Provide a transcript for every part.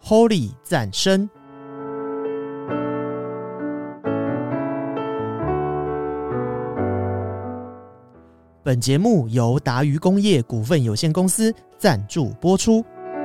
Holy 赞声。本节目由达渝工业股份有限公司赞助播出。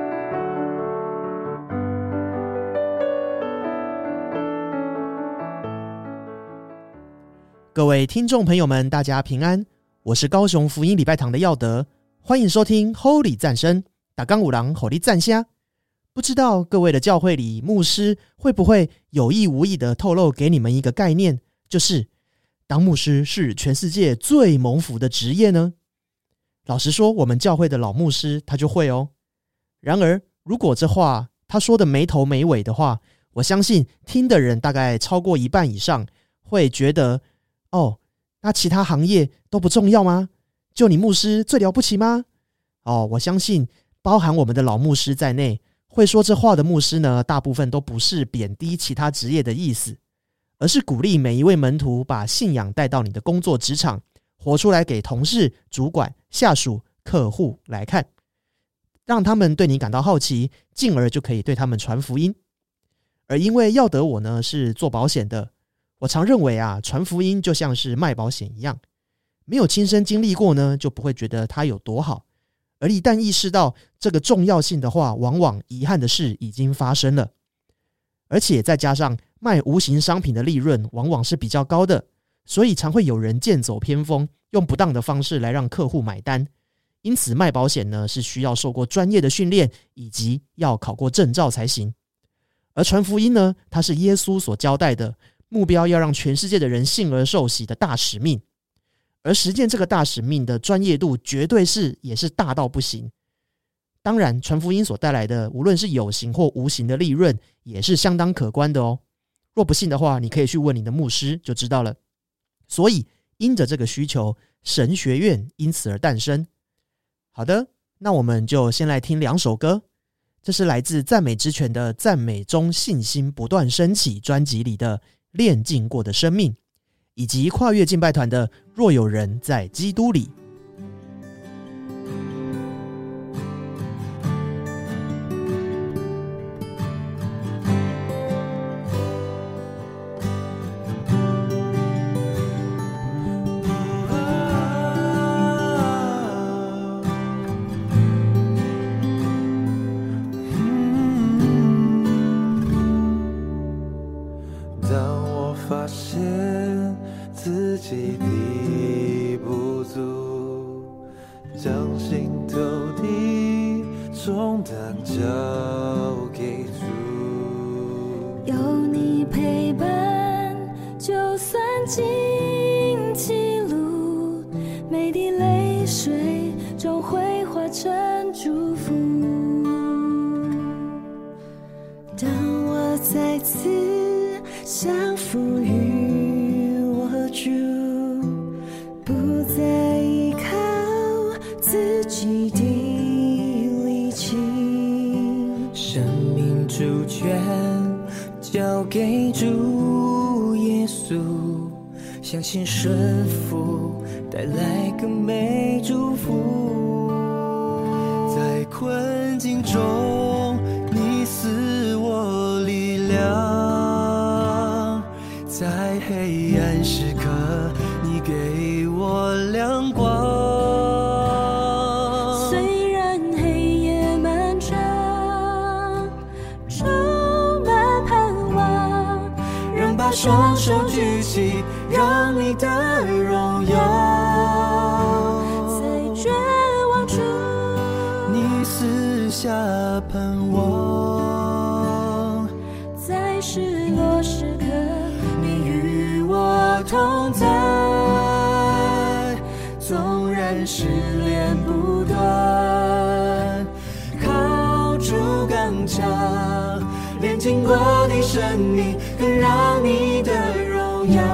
各位听众朋友们，大家平安，我是高雄福音礼拜堂的耀德，欢迎收听 Holy 赞声，大港有人给你赞声。不知道各位的教会里，牧师会不会有意无意的透露给你们一个概念，就是当牧师是全世界最蒙福的职业呢？老实说，我们教会的老牧师他就会哦。然而，如果这话他说的没头没尾的话，我相信听的人大概超过一半以上会觉得，哦，那其他行业都不重要吗？就你牧师最了不起吗？我相信包含我们的老牧师在内，会说这话的牧师呢，大部分都不是贬低其他职业的意思，而是鼓励每一位门徒把信仰带到你的工作职场，活出来给同事、主管、下属、客户来看，让他们对你感到好奇，进而就可以对他们传福音。而因为耀德我呢是做保险的，我常认为传福音就像是卖保险一样，没有亲身经历过呢，就不会觉得它有多好，而一旦意识到这个重要性的话，往往遗憾的事已经发生了。而且再加上卖无形商品的利润往往是比较高的，所以常会有人剑走偏锋，用不当的方式来让客户买单。因此卖保险呢，是需要受过专业的训练，以及要考过证照才行。而传福音呢，它是耶稣所交代的，目标要让全世界的人信而受洗的大使命。而实践这个大使命的专业度绝对也是大到不行。当然传福音所带来的无论是有形或无形的利润也是相当可观的哦。若不信的话，你可以去问你的牧师就知道了。所以因着这个需求，神学院因此而诞生。好的，那我们就先来听2首歌。这是来自赞美之泉的赞美中信心不断升起专辑里的炼净过的生命，以及跨越敬拜团的若有人在基督里。 相信顺服带来更美祝福，在困境中你赐我力量，在黑暗时刻你给我亮光。 虽然黑夜漫长，充满盼望， 仍把双手举起，让你的荣耀在绝望处你赐下盼望， 在失落时刻你与我同在，纵然失恋不断，靠主刚强，炼净过的生命更让你的荣耀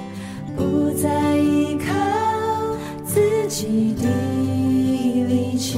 不再依靠自己的力气，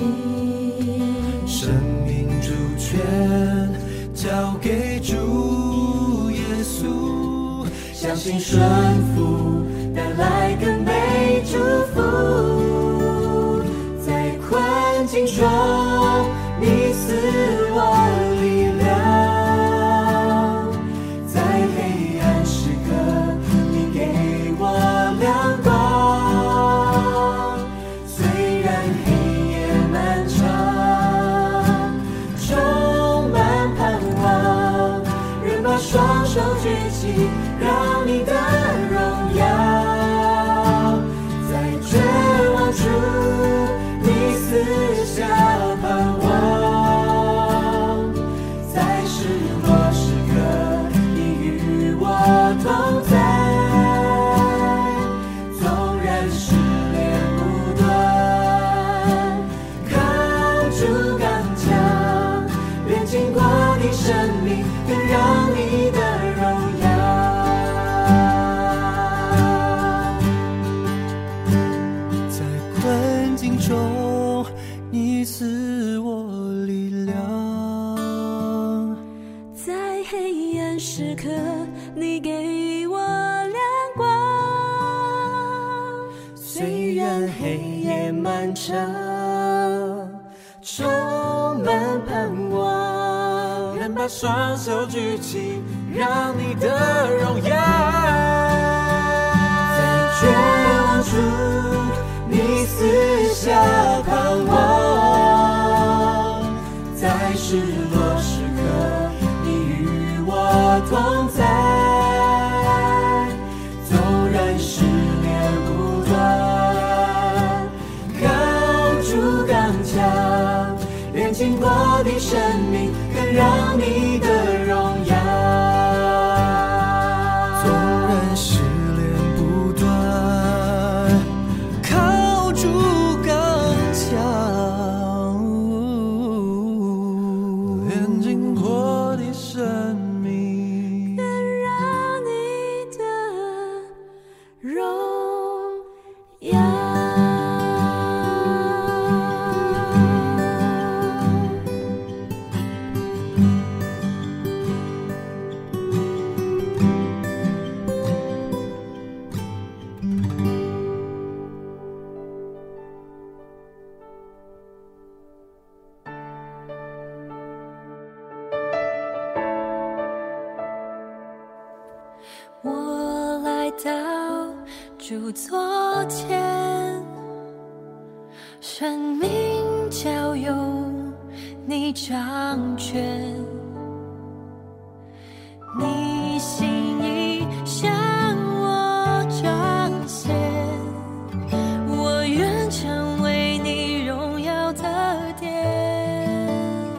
交给主耶稣，相信顺服带来更美祝福。在困境中，你赐我力量；在黑暗时刻，你给我亮光。虽然黑夜漫长，充满盼望，仍把双手举起，让你的荣耀在绝望处，你赐下盼望。在失落时刻，你与我同在。纵然失恋不断，靠住刚强，连经过的生命，更让你的荣耀。在困境中，你赐我力量； 在黑暗时刻，你给我亮光。 虽然黑夜漫长，充满盼望，仍把双手举起，让你的荣耀在绝望处，你赐下盼望。在失落时刻，你与我同在。纵然失恋不断，靠住刚强，连经过的生命，更让你的荣耀。纵然失恋不断，靠住刚强，连经过的生命， 更让你的荣耀。我来到主座前，生命交由你掌权，你心意向我彰显，我愿成为你荣耀的殿，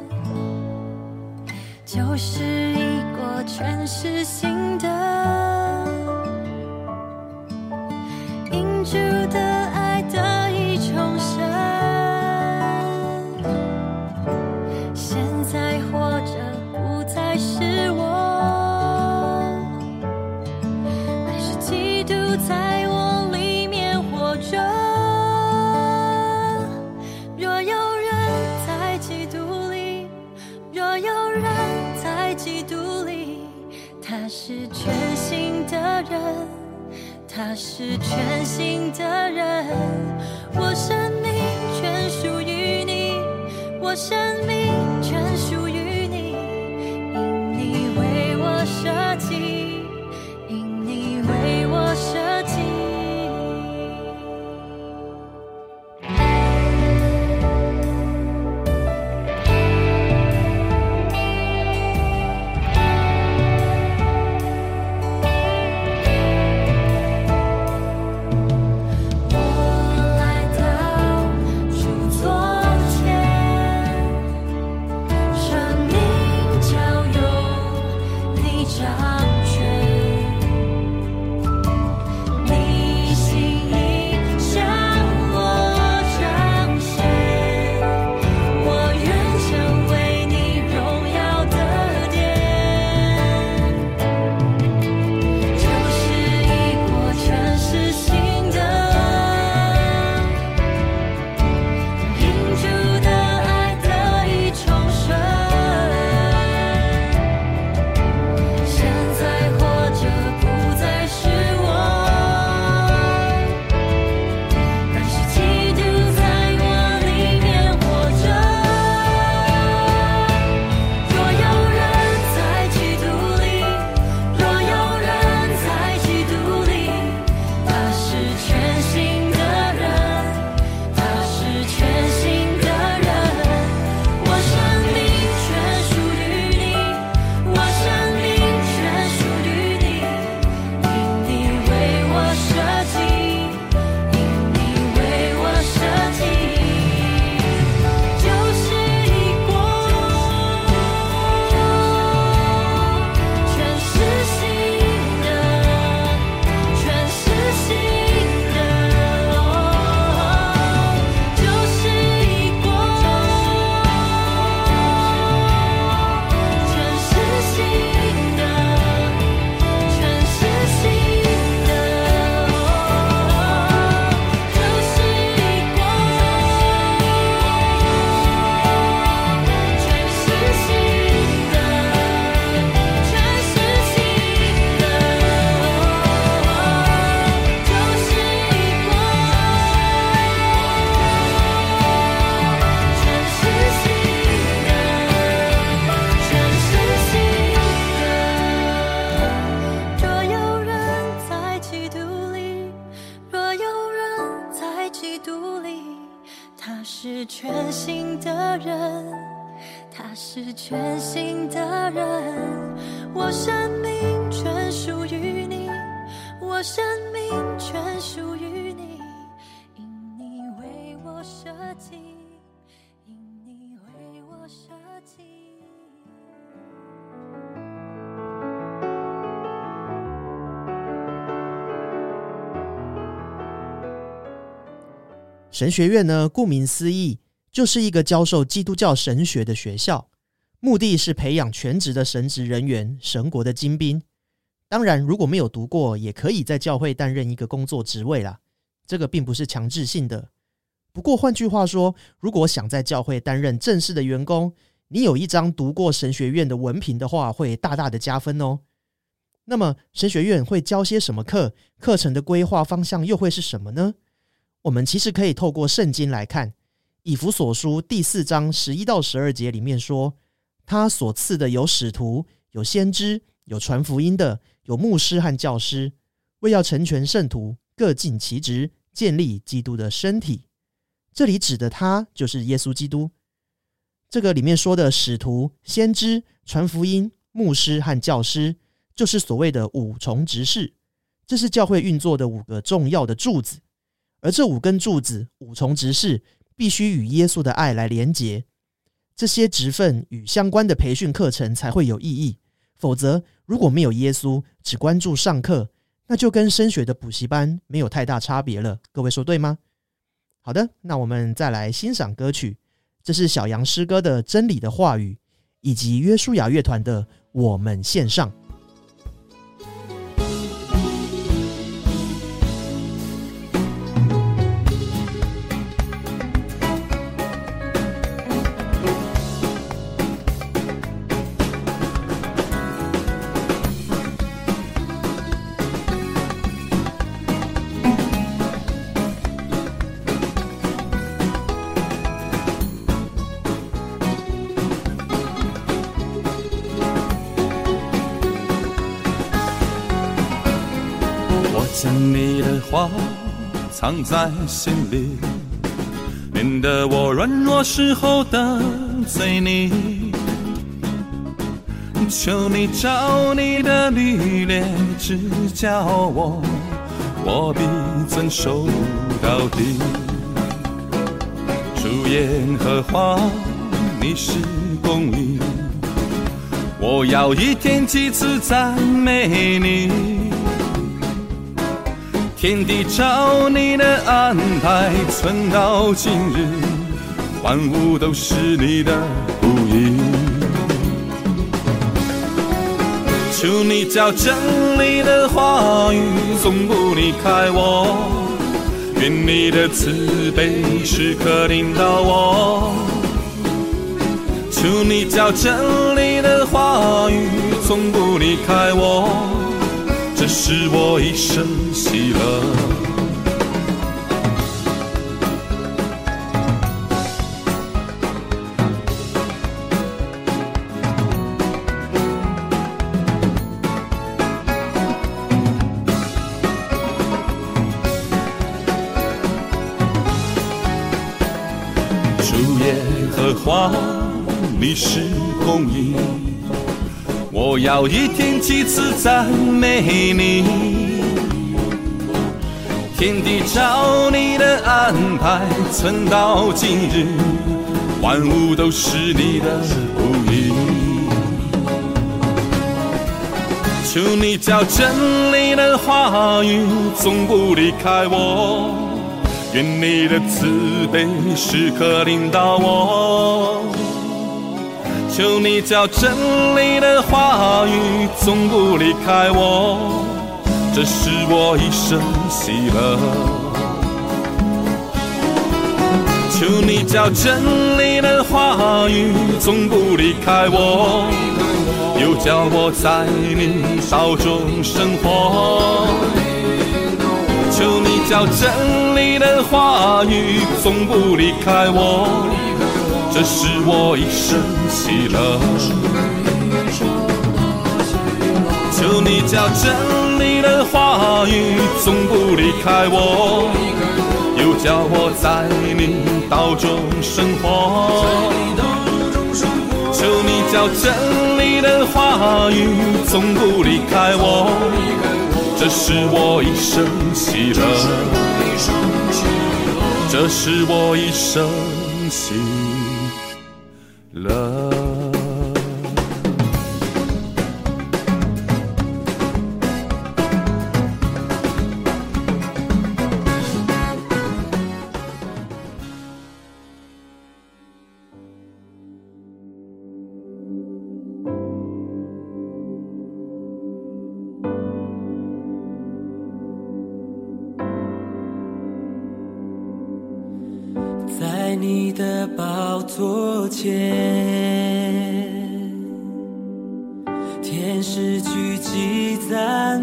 旧事已过，全是新的。主的爱得以重生，现在活着不再是我，乃是基督在我里面活着。若有人在基督里，若有人在基督里，他是全新的人，他是全新的人。我生命全属于你，我生命全属于你，因你为我舍己，因你为我舍己。我来到主座前， 全新的人。我生命全属于你，我生命全属于你，因你为我舍己，因你为我舍己。 神学院呢，顾名思义，就是一个教授基督教神学的学校，目的是培养全职的神职人员，神国的精兵。当然，如果没有读过，也可以在教会担任一个工作职位啦，这个并不是强制性的。不过换句话说，如果想在教会担任正式的员工，你有一张读过神学院的文凭的话，会大大的加分哦。那么神学院会教些什么课？课程的规划方向又会是什么呢？我们其实可以透过圣经来看，以弗所书第4章11到12节里面说，他所赐的有使徒，有先知，有传福音的，有牧师和教师，为要成全圣徒，各尽其职，建立基督的身体。这里指的他就是耶稣基督。这个里面说的使徒、先知、传福音、牧师和教师，就是所谓的5重职事，这是教会运作的5个重要的柱子。而这5根柱子、5重职事必须与耶稣的爱来连结，这些职分与相关的培训课程才会有意义。否则如果没有耶稣，只关注上课，那就跟升学的补习班没有太大差别了。各位说对吗？好的，那我们再来欣赏歌曲，这是小杨诗歌的《真理的话语》，以及约书亚乐团的《我们献上》。 将你的话藏在心里，免得我软弱时候得罪你。求你照你的律例指教我，我必遵守到底。主耶和华，你是公义，我要一天几次赞美你。天地照你的安排，存到今日，万物都是你的不义。求你叫真理的话语从不离开我，愿你的慈悲时刻领导我。求你叫真理的话语从不离开我，这是我一生喜乐。主耶和华，你是公义，我要一天几次赞美你。天地照你的安排，存到今日，万物都是你的不义。求你叫真理的话语从不离开我，愿你的慈悲时刻领导我。求你叫真理的话语从不离开我，这是我一生喜乐。求你叫真理的话语从不离开我，又叫我在你道中生活。求你叫真理的话语从不离开我，这是我一生喜乐。求你叫真理的话语从不离开我，又叫我在你道中生活。 求你叫真理的话语从不离开我，这是我一生喜乐，这是我一生喜乐。 在你的宝座前，天使聚集赞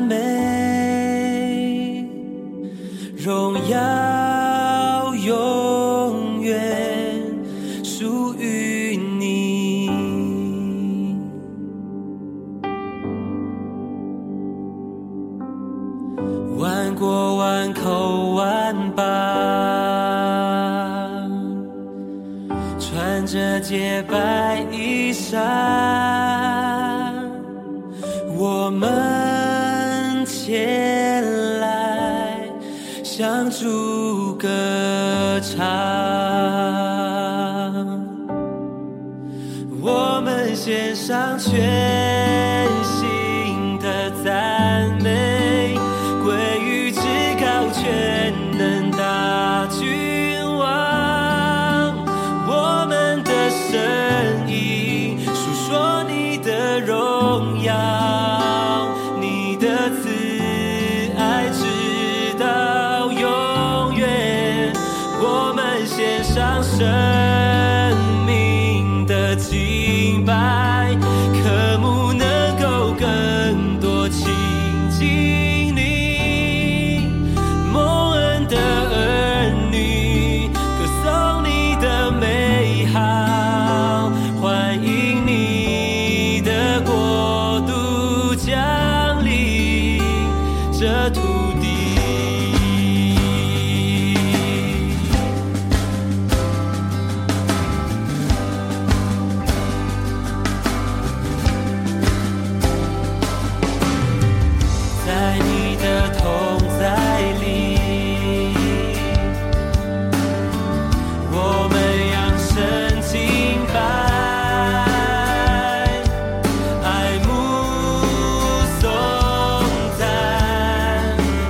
美，荣耀永远属于你。万国万口万邦，穿着洁白衣裳，我们前来向主歌唱，我们献上全心的赞美，归于至高全能大君王。我们的声音述说你的荣耀，你的慈爱直到永远。我们献上生命的敬拜，渴慕能够更多亲近你，蒙恩的儿女歌颂你的美好，欢迎你的国度降临这土地。在你的同在里，我们扬声敬拜，爱慕颂赞，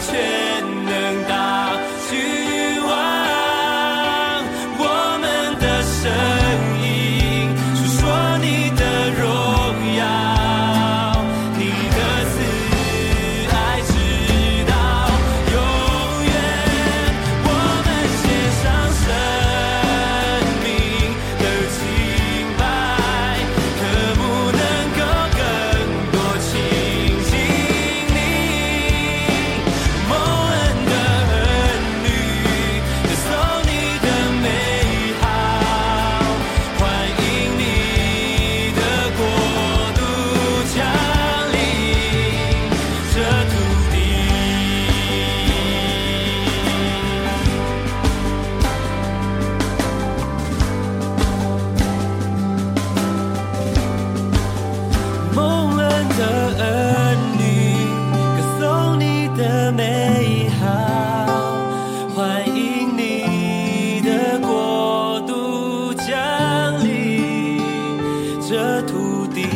全能大君王，我们的声音诉说你的荣耀，你的慈爱直到永远，我们献上生命的敬拜，渴慕能够更多亲近你，蒙恩的儿女歌颂你的美好，欢迎你的国度降临这土地。蒙恩的儿女歌颂你的美好，欢迎你的国度降临这土地。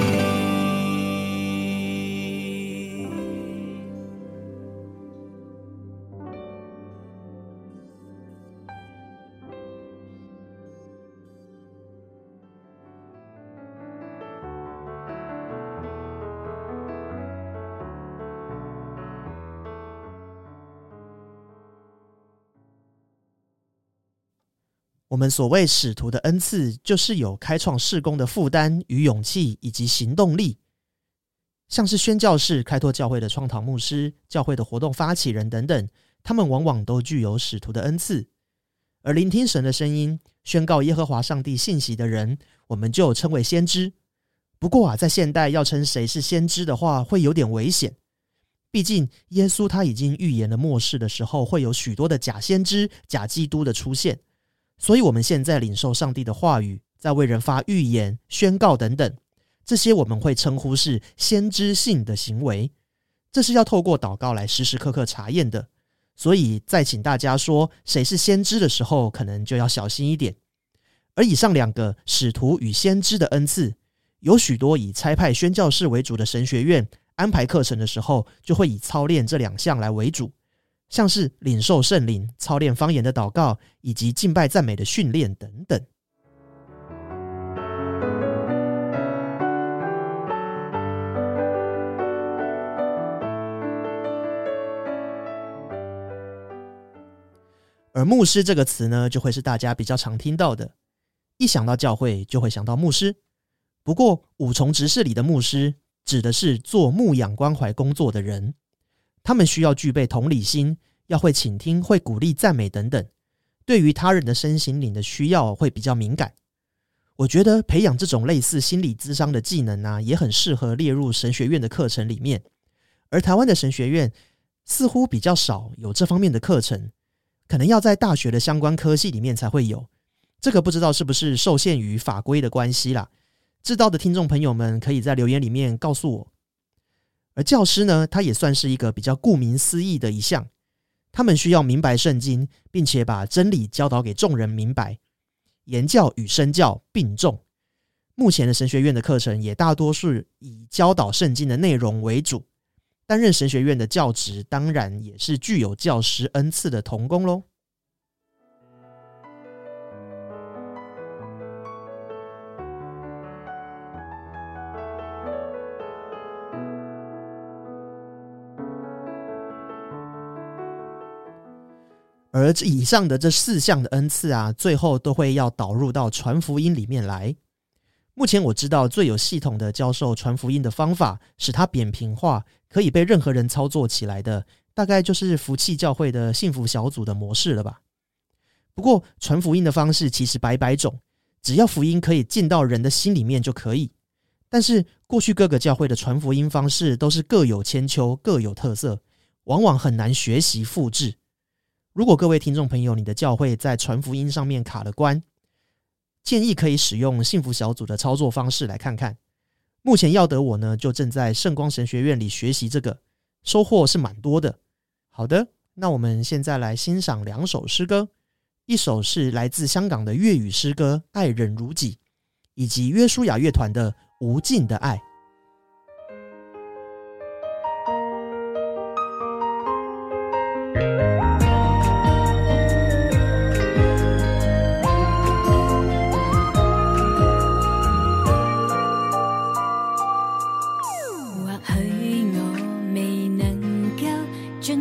我们所谓使徒的恩赐，就是有开创事工的负担与勇气以及行动力，像是宣教士、开拓教会的创堂牧师、教会的活动发起人等等，他们往往都具有使徒的恩赐。而聆听神的声音、宣告耶和华上帝信息的人，我们就称为先知。不过在现代要称谁是先知的话，会有点危险。毕竟耶稣他已经预言了末世的时候会有许多的假先知、假基督的出现，所以我们现在领受上帝的话语，在为人发预言、宣告等等，这些我们会称呼是先知性的行为，这是要透过祷告来时时刻刻查验的。所以在请大家说谁是先知的时候，可能就要小心一点。而以上两个使徒与先知的恩赐，有许多以差派宣教士为主的神学院安排课程的时候，就会以操练这两项来为主，像是领受圣灵、操练方言的祷告，以及敬拜赞美的训练等等。而牧师这个词呢，就会是大家比较常听到的，一想到教会就会想到牧师。不过五重职事里的牧师指的是做牧养关怀工作的人，他们需要具备同理心，要会倾听、会鼓励、赞美等等，对于他人的身心灵的需要会比较敏感。我觉得培养这种类似心理咨商的技能啊，也很适合列入神学院的课程里面。而台湾的神学院似乎比较少有这方面的课程，可能要在大学的相关科系里面才会有，这个不知道是不是受限于法规的关系啦。知道的听众朋友们可以在留言里面告诉我。而教师呢，他也算是一个比较顾名思义的一项，他们需要明白圣经，并且把真理教导给众人明白，言教与身教并重。目前的神学院的课程也大多是以教导圣经的内容为主，担任神学院的教职当然也是具有教师恩赐的同工咯。而以上的这4项的恩赐啊，最后都会要导入到传福音里面来。目前我知道最有系统的教授传福音的方法，使它扁平化，可以被任何人操作起来的，大概就是福气教会的幸福小组的模式了吧。不过传福音的方式其实百百种，只要福音可以进到人的心里面就可以。但是过去各个教会的传福音方式都是各有千秋，各有特色，往往很难学习复制。如果各位听众朋友你的教会在传福音上面卡了关，建议可以使用幸福小组的操作方式来看看。目前耀德我呢就正在圣光神学院里学习这个，收获是蛮多的。好的，那我们现在来欣赏2首诗歌，一首是来自香港的粤语诗歌《爱人如己》，以及约书亚乐团的《无尽的爱》。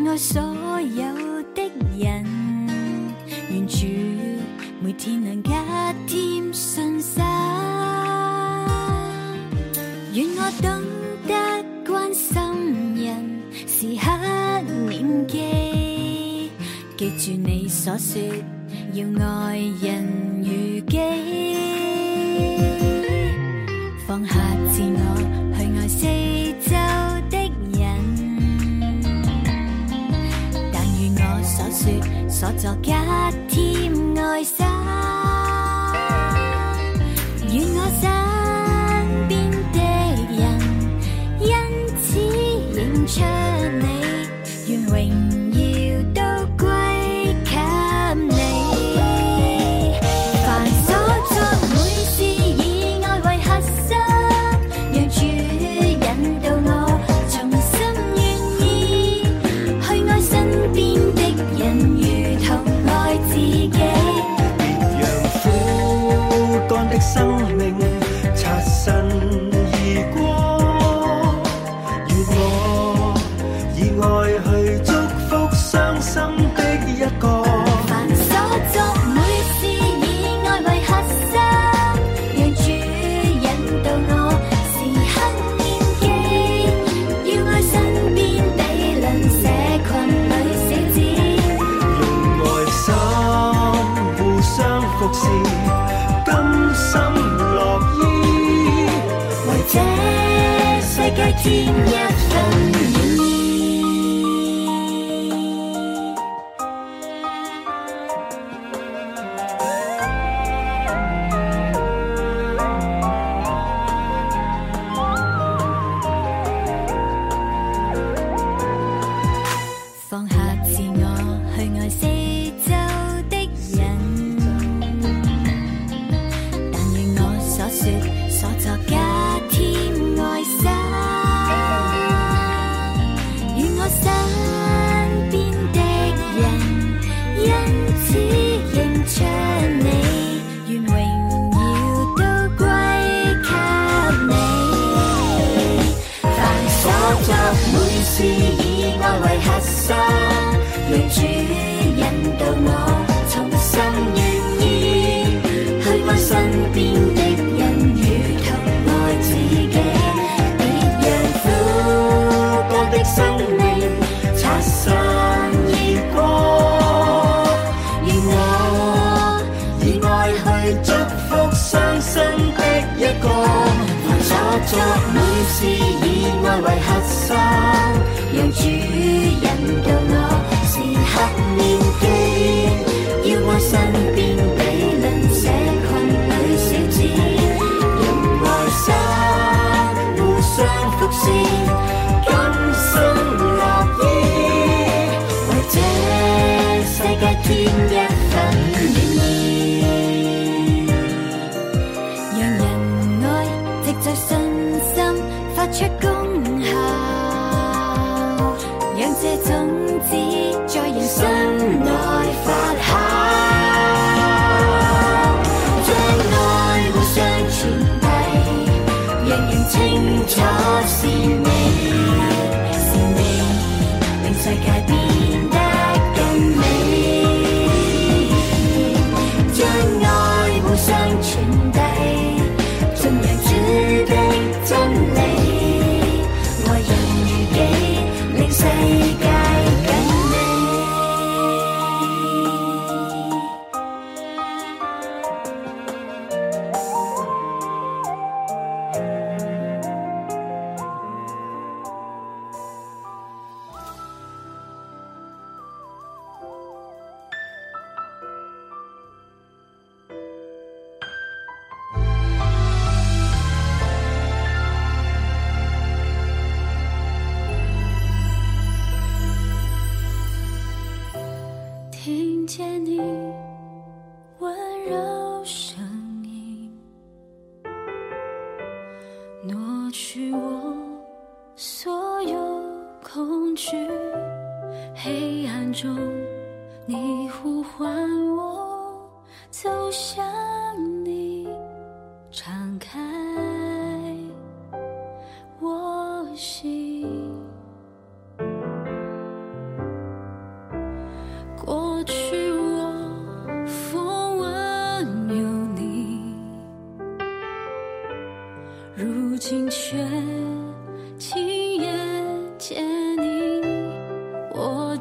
愛所有的人，願主每天能加添信心，願我懂得關心人，時刻念記，記住你所說，要愛人如己，放下自我，去愛四周的人，但如我所說所作加添愛心，願我身邊的人因此認出你，願榮耀都歸給你。凡所作每事以愛為核心，讓主引導我，從心願意去愛身邊的人，如同愛自己。 別讓枯乾的生命擦身而過，願我以愛去祝福傷心的一個。 凡所作每事以愛為核心，讓主引導我，時刻念記，要愛身邊比鄰社群裏小子， 用愛心互相服侍，甘心樂意， 為這世界添一份暖意。放下自我，去愛四周的人，但願我所說所作加添愛心，願我身邊的人因此認出你，願榮耀都歸給你。凡所作每事以愛為核心，讓主引導我，從心願意去愛身邊的人，如同愛自己。別讓枯乾的生命擦身而過，願我以愛去祝福傷心的一個。凡所作每事以愛為核心，讓主引導我，時刻念記，要愛身邊比鄰社群裏小子，用愛心互相服侍，甘心樂意，為這世界添一份暖意，讓人愛藉着信心發出功效，讓這種子在人生內發酵，將愛互相傳遞，讓人清楚是你，是你，令世界變得更美。將愛互相傳遞，盡讓主的真理，愛人如己，令世界更美。听见你温柔声音，挪去我所有恐惧，黑暗中你呼唤我走向你，敞开我心。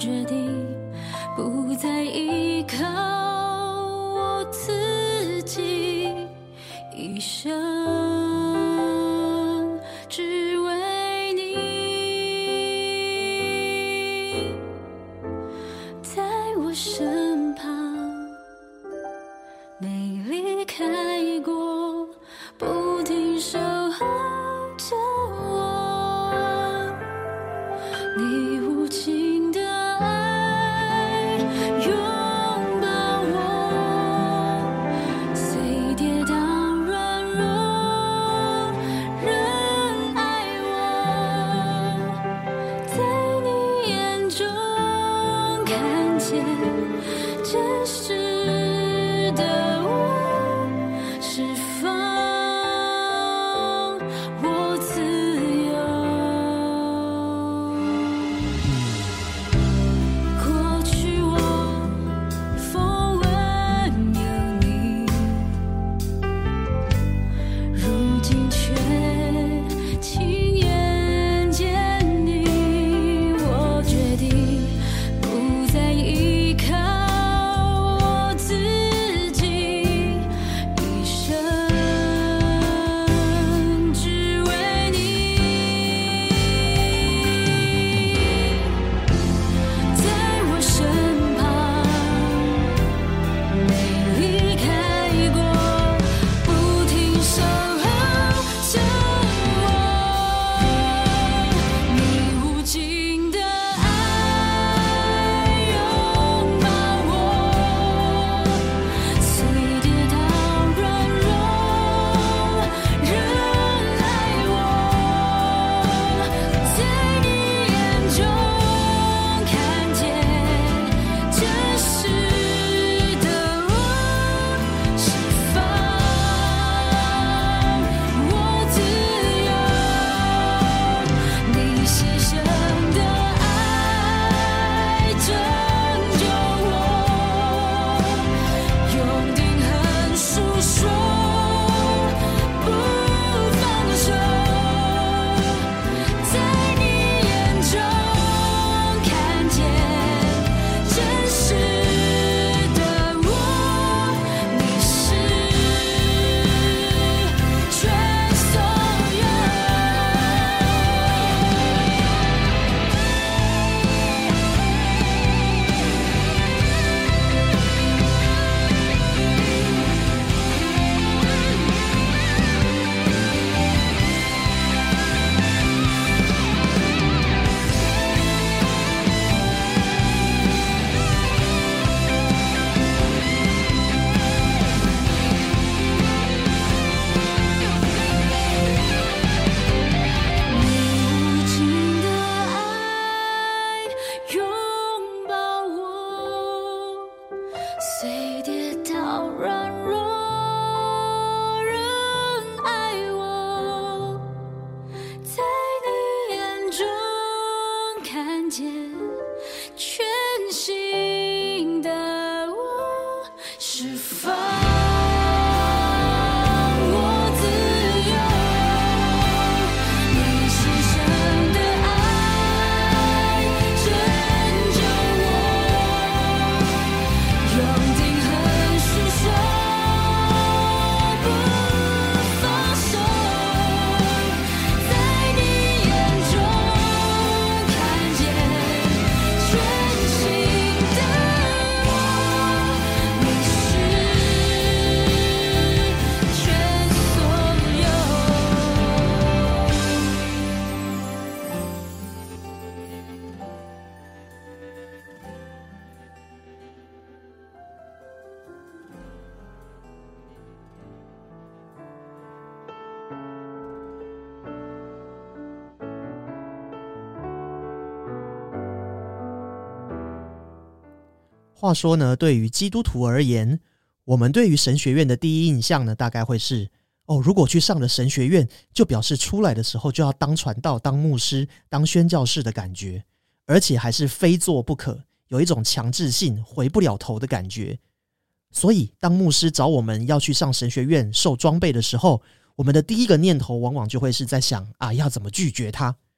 决定不再依靠我自己，一生只为你，在我身旁，没离开过，不停守候着我，你无情的爱拥抱我，虽跌倒软弱仍爱我，在你眼中看见真实的我，释放我自由。过去我风闻有你，如今却亲眼见你，我决定不再依靠我自己，一生只为你，在我身旁，没离开过，不停守候着我，你无尽的爱拥抱我，虽跌倒软弱仍爱我，在你眼中看见真实的我，释放我自由，你牺牲的爱拯救我，用定恒诉说，不放手，在你眼中看见真实的我，你是全所有。你无尽的爱拥抱我，虽跌倒软弱仍爱我，在你眼中看见全新的我，释放我自由，你牺牲的爱拯救我，用定恒诉说，不放手，在你眼中看见全新的我，你是全所有。 话说呢，对于基督徒而言，我们对于神学院的第一印象呢，大概会是如果去上了神学院，就表示出来的时候就要当传道、当牧师、当宣教士的感觉，而且还是非做不可，有一种强制性、回不了头的感觉。所以，当牧师找我们要去上神学院受装备的时候，我们的第一个念头往往就会是在想要怎么拒绝他。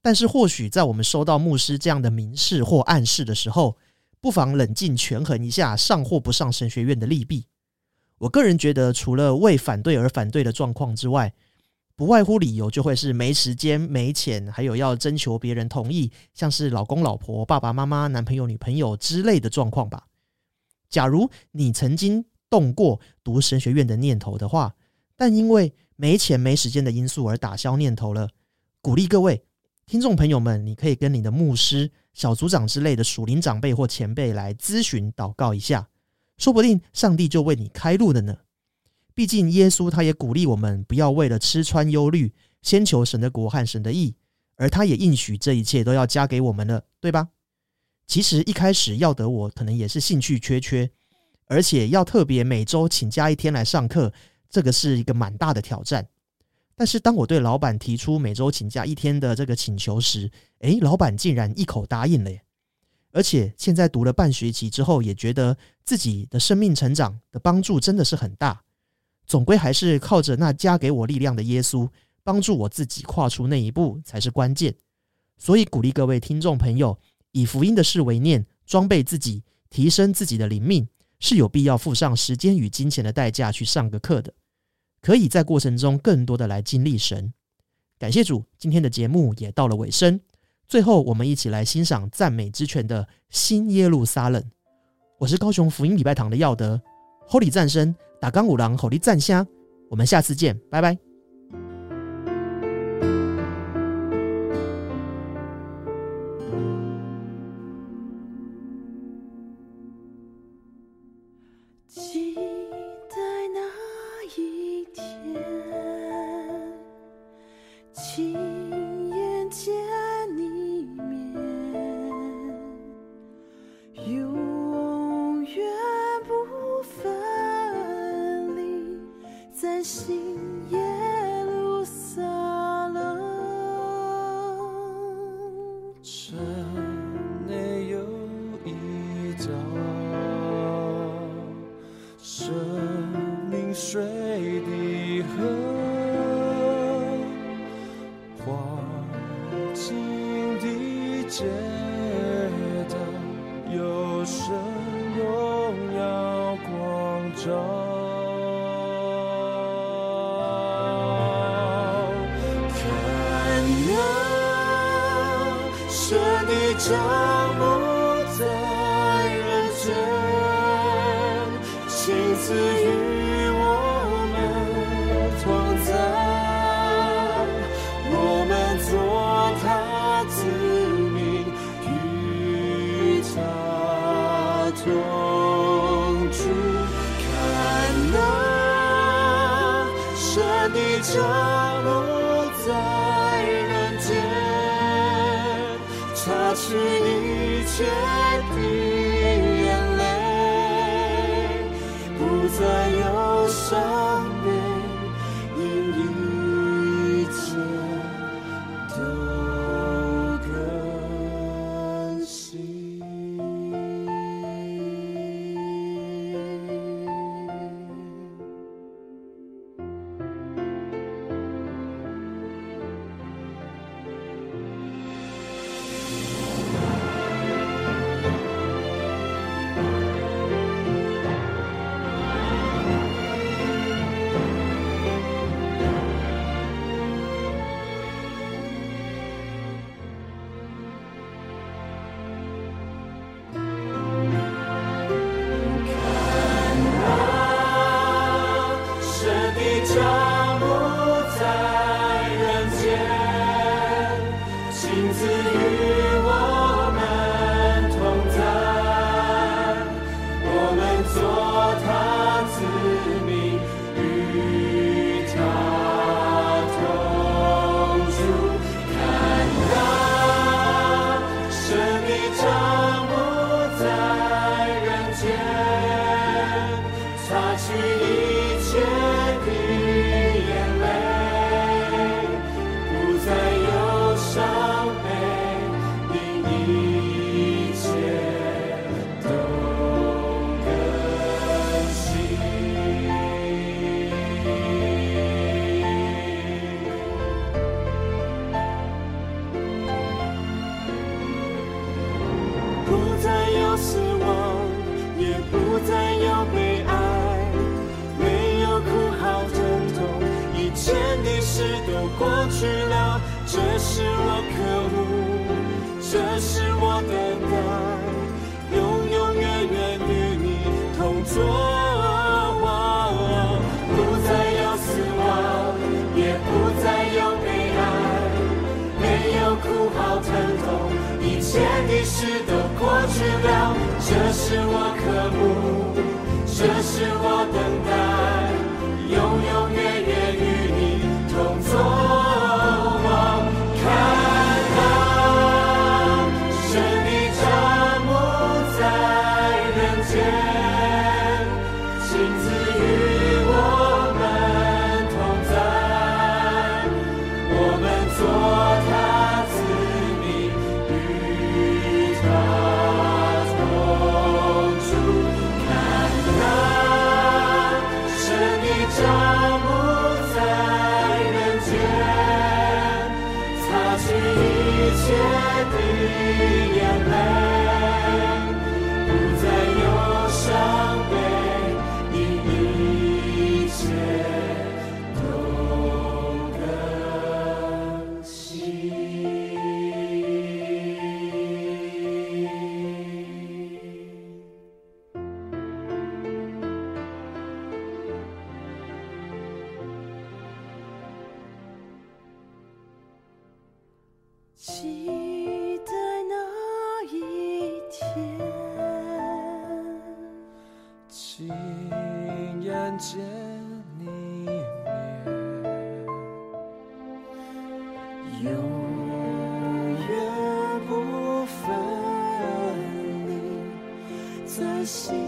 但是或许在我们收到牧师这样的明示或暗示的时候，不妨冷静权衡一下上或不上神学院的利弊。我个人觉得，除了为反对而反对的状况之外，不外乎理由就会是没时间、没钱，还有要征求别人同意，像是老公老婆、爸爸妈妈、男朋友女朋友之类的状况吧。假如你曾经动过读神学院的念头的话，但因为没钱没时间的因素而打消念头了，鼓励各位听众朋友们，你可以跟你的牧师、小组长之类的属灵长辈或前辈来咨询祷告一下，说不定上帝就为你开路了呢。毕竟耶稣他也鼓励我们不要为了吃穿忧虑，先求神的国和神的义，而他也应许这一切都要加给我们了，对吧？其实一开始耀德我可能也是兴趣缺，而且要特别每周请假一天来上课，这个是一个蛮大的挑战。但是当我对老板提出每周请假一天的这个请求时，老板竟然一口答应了耶。而且现在读了半学期之后，也觉得自己的生命成长的帮助真的是很大。总归还是靠着那加给我力量的耶稣，帮助我自己跨出那一步才是关键。所以鼓励各位听众朋友，以福音的事为念，装备自己，提升自己的灵命，是有必要付上时间与金钱的代价去上个课的，可以在过程中更多的来经历神。感谢主，今天的节目也到了尾声，最后我们一起来欣赏赞美之泉的新耶路撒冷。我是高雄福音礼拜堂的耀德，Holy 赞声打刚五郎Holy 赞虾，我们下次见，拜拜。 期待那一天，亲眼见你面，永远不分离，在新耶路撒冷。 城内有一条生命水的河，环境的街道，有神荣耀光照。看那神的帐幕在人间，亲自与我们同在，我们做他子民，与他同住。看那神的帐幕在人间，擦去一切的眼泪，不再有伤悲，因一切都更新。 过去了，这是我渴慕，这是我等待，永永远远与你同坐。不再有死亡，也不再有悲哀，没有哭嚎疼痛，一切的事都过去了。这是我渴慕，这是我等待，永永远远与你同坐。看啊，神的帐幕在人间，亲自与我们同在，我们做他子民，与他同住。看啊，神的帐幕在人间，擦去一切的眼泪，不再有伤悲，因一切都更新。期待那一天，亲眼见你面，永远不分离，在心